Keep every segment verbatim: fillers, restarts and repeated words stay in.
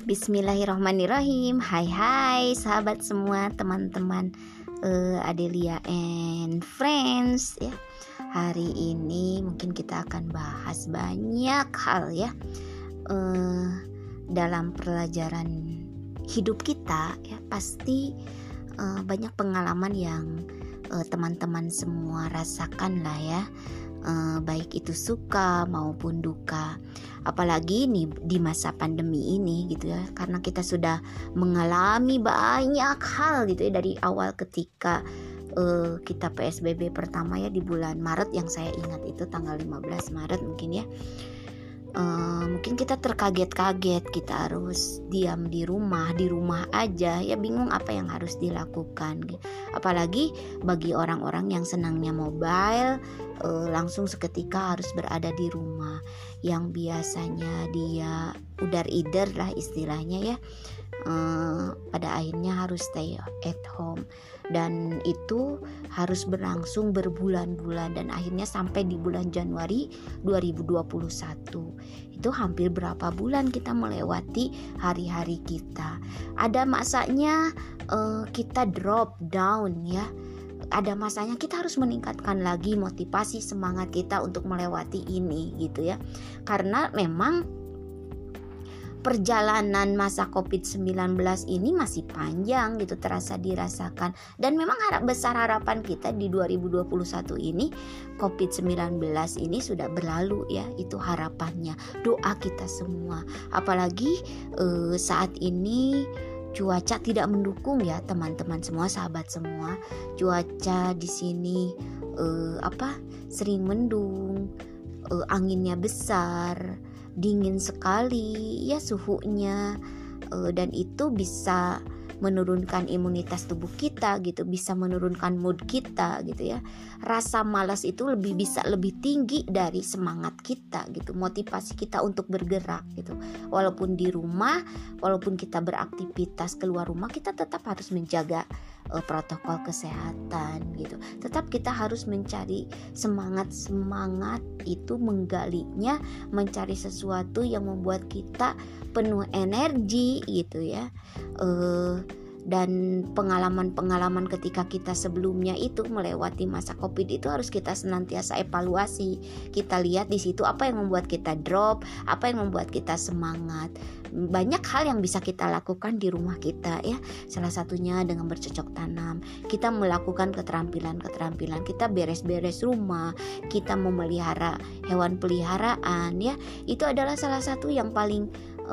Bismillahirrahmanirrahim. Hai hai sahabat semua, teman-teman uh, Adelia and friends ya. Hari ini mungkin kita akan bahas banyak hal ya uh, dalam pelajaran hidup kita ya. Pasti uh, banyak pengalaman yang uh, teman-teman semua rasakan lah ya. Uh, baik itu suka maupun duka, apalagi nih di masa pandemi ini gitu ya, karena kita sudah mengalami banyak hal gitu ya dari awal ketika uh, kita P S B B pertama ya di bulan Maret, yang saya ingat itu tanggal lima belas Maret mungkin ya. Uh, mungkin kita terkaget-kaget, kita harus diam di rumah, di rumah aja ya, bingung apa yang harus dilakukan. Apalagi bagi orang-orang yang senangnya mobile, uh, langsung seketika harus berada di rumah, yang biasanya dia udar-idar lah istilahnya ya, uh, pada akhirnya harus stay at home, dan itu harus berlangsung berbulan-bulan, dan akhirnya sampai di bulan Januari dua ribu dua puluh satu. Itu hampir berapa bulan kita melewati hari-hari kita. Ada masanya uh, kita drop down ya. Ada masanya kita harus meningkatkan lagi motivasi semangat kita untuk melewati ini gitu ya. Karena memang perjalanan masa covid sembilan belas ini masih panjang gitu, terasa dirasakan. Dan memang harap besar harapan kita di dua ribu dua puluh satu ini covid sembilan belas ini sudah berlalu ya. Itu harapannya, doa kita semua. Apalagi eh, saat ini cuaca tidak mendukung ya teman-teman semua, sahabat semua. Cuaca di sini eh, apa sering mendung, eh, anginnya besar, dingin sekali ya suhunya, uh, dan itu bisa menurunkan imunitas tubuh kita gitu, bisa menurunkan mood kita gitu ya. Rasa malas itu lebih bisa lebih tinggi dari semangat kita gitu, motivasi kita untuk bergerak gitu. Walaupun di rumah, walaupun kita beraktivitas keluar rumah, kita tetap harus menjaga uh, protokol kesehatan gitu. Tetap kita harus mencari semangat-semangat itu, menggalinya, mencari sesuatu yang membuat kita penuh energi gitu ya. Uh, dan pengalaman-pengalaman ketika kita sebelumnya itu melewati masa Covid itu harus kita senantiasa evaluasi. Kita lihat di situ apa yang membuat kita drop, apa yang membuat kita semangat. Banyak hal yang bisa kita lakukan di rumah kita ya. Salah satunya dengan bercocok tanam. Kita melakukan keterampilan-keterampilan, kita beres-beres rumah, kita memelihara hewan peliharaan ya. Itu adalah salah satu yang paling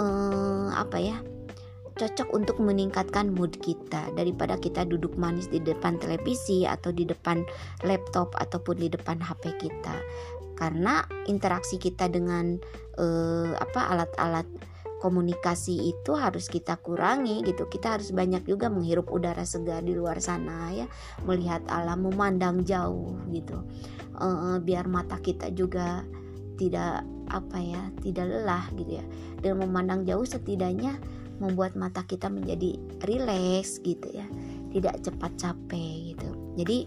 eh, apa ya? cocok untuk meningkatkan mood kita, daripada kita duduk manis di depan televisi atau di depan laptop ataupun di depan H P kita. Karena interaksi kita dengan eh, apa alat-alat komunikasi itu harus kita kurangi gitu. Kita harus banyak juga menghirup udara segar di luar sana ya, melihat alam, memandang jauh gitu. Eh, biar mata kita juga tidak apa ya, tidak lelah gitu ya. Dan memandang jauh setidaknya membuat mata kita menjadi rileks gitu ya, tidak cepat capek gitu. Jadi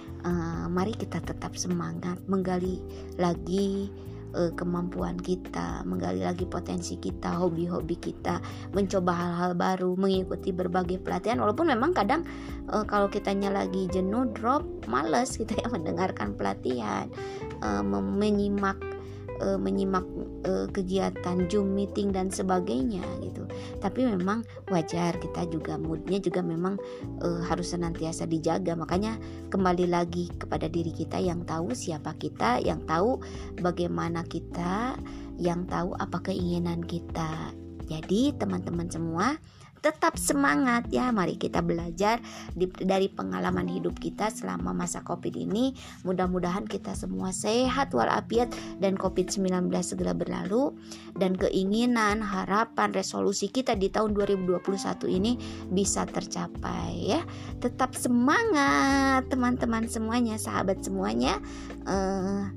uh, mari kita tetap semangat menggali lagi uh, kemampuan kita, menggali lagi potensi kita, hobi-hobi kita, mencoba hal-hal baru, mengikuti berbagai pelatihan. Walaupun memang kadang uh, kalau kitanya lagi jenuh, drop, males gitu ya mendengarkan pelatihan, uh, menyimak Uh, menyimak uh, kegiatan Zoom meeting dan sebagainya gitu. Tapi memang wajar, kita juga moodnya juga memang uh, harus senantiasa dijaga. Makanya kembali lagi kepada diri kita yang tahu siapa kita, yang tahu bagaimana kita, yang tahu apa keinginan kita. Jadi teman-teman semua tetap semangat ya. Mari kita belajar di, dari pengalaman hidup kita selama masa Covid ini. Mudah-mudahan kita semua sehat walafiat dan covid sembilan belas segera berlalu, dan keinginan, harapan, resolusi kita di tahun dua ribu dua puluh satu ini bisa tercapai ya. Tetap semangat teman-teman semuanya, sahabat semuanya, uh,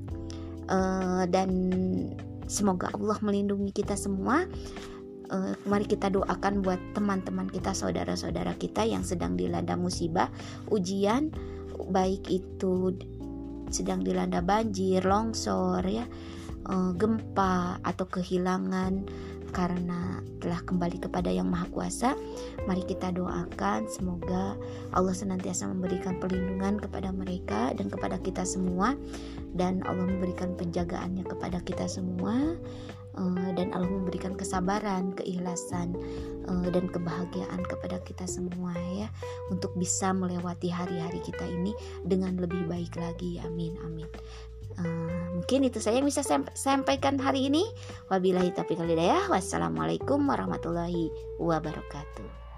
uh, dan semoga Allah melindungi kita semua. Uh, mari kita doakan buat teman-teman kita, saudara-saudara kita yang sedang dilanda musibah, ujian, baik itu sedang dilanda banjir, longsor ya, uh, gempa atau kehilangan karena telah kembali kepada Yang Maha Kuasa, mari kita doakan semoga Allah senantiasa memberikan perlindungan kepada mereka dan kepada kita semua, dan Allah memberikan penjagaannya kepada kita semua, dan Allah memberikan kesabaran, keikhlasan, dan kebahagiaan kepada kita semua ya, untuk bisa melewati hari-hari kita ini dengan lebih baik lagi. Amin amin. Uh, mungkin itu saja yang bisa saya sampaikan hari ini. Wabillahi taufiq wal hidayah. Wassalamualaikum warahmatullahi wabarakatuh.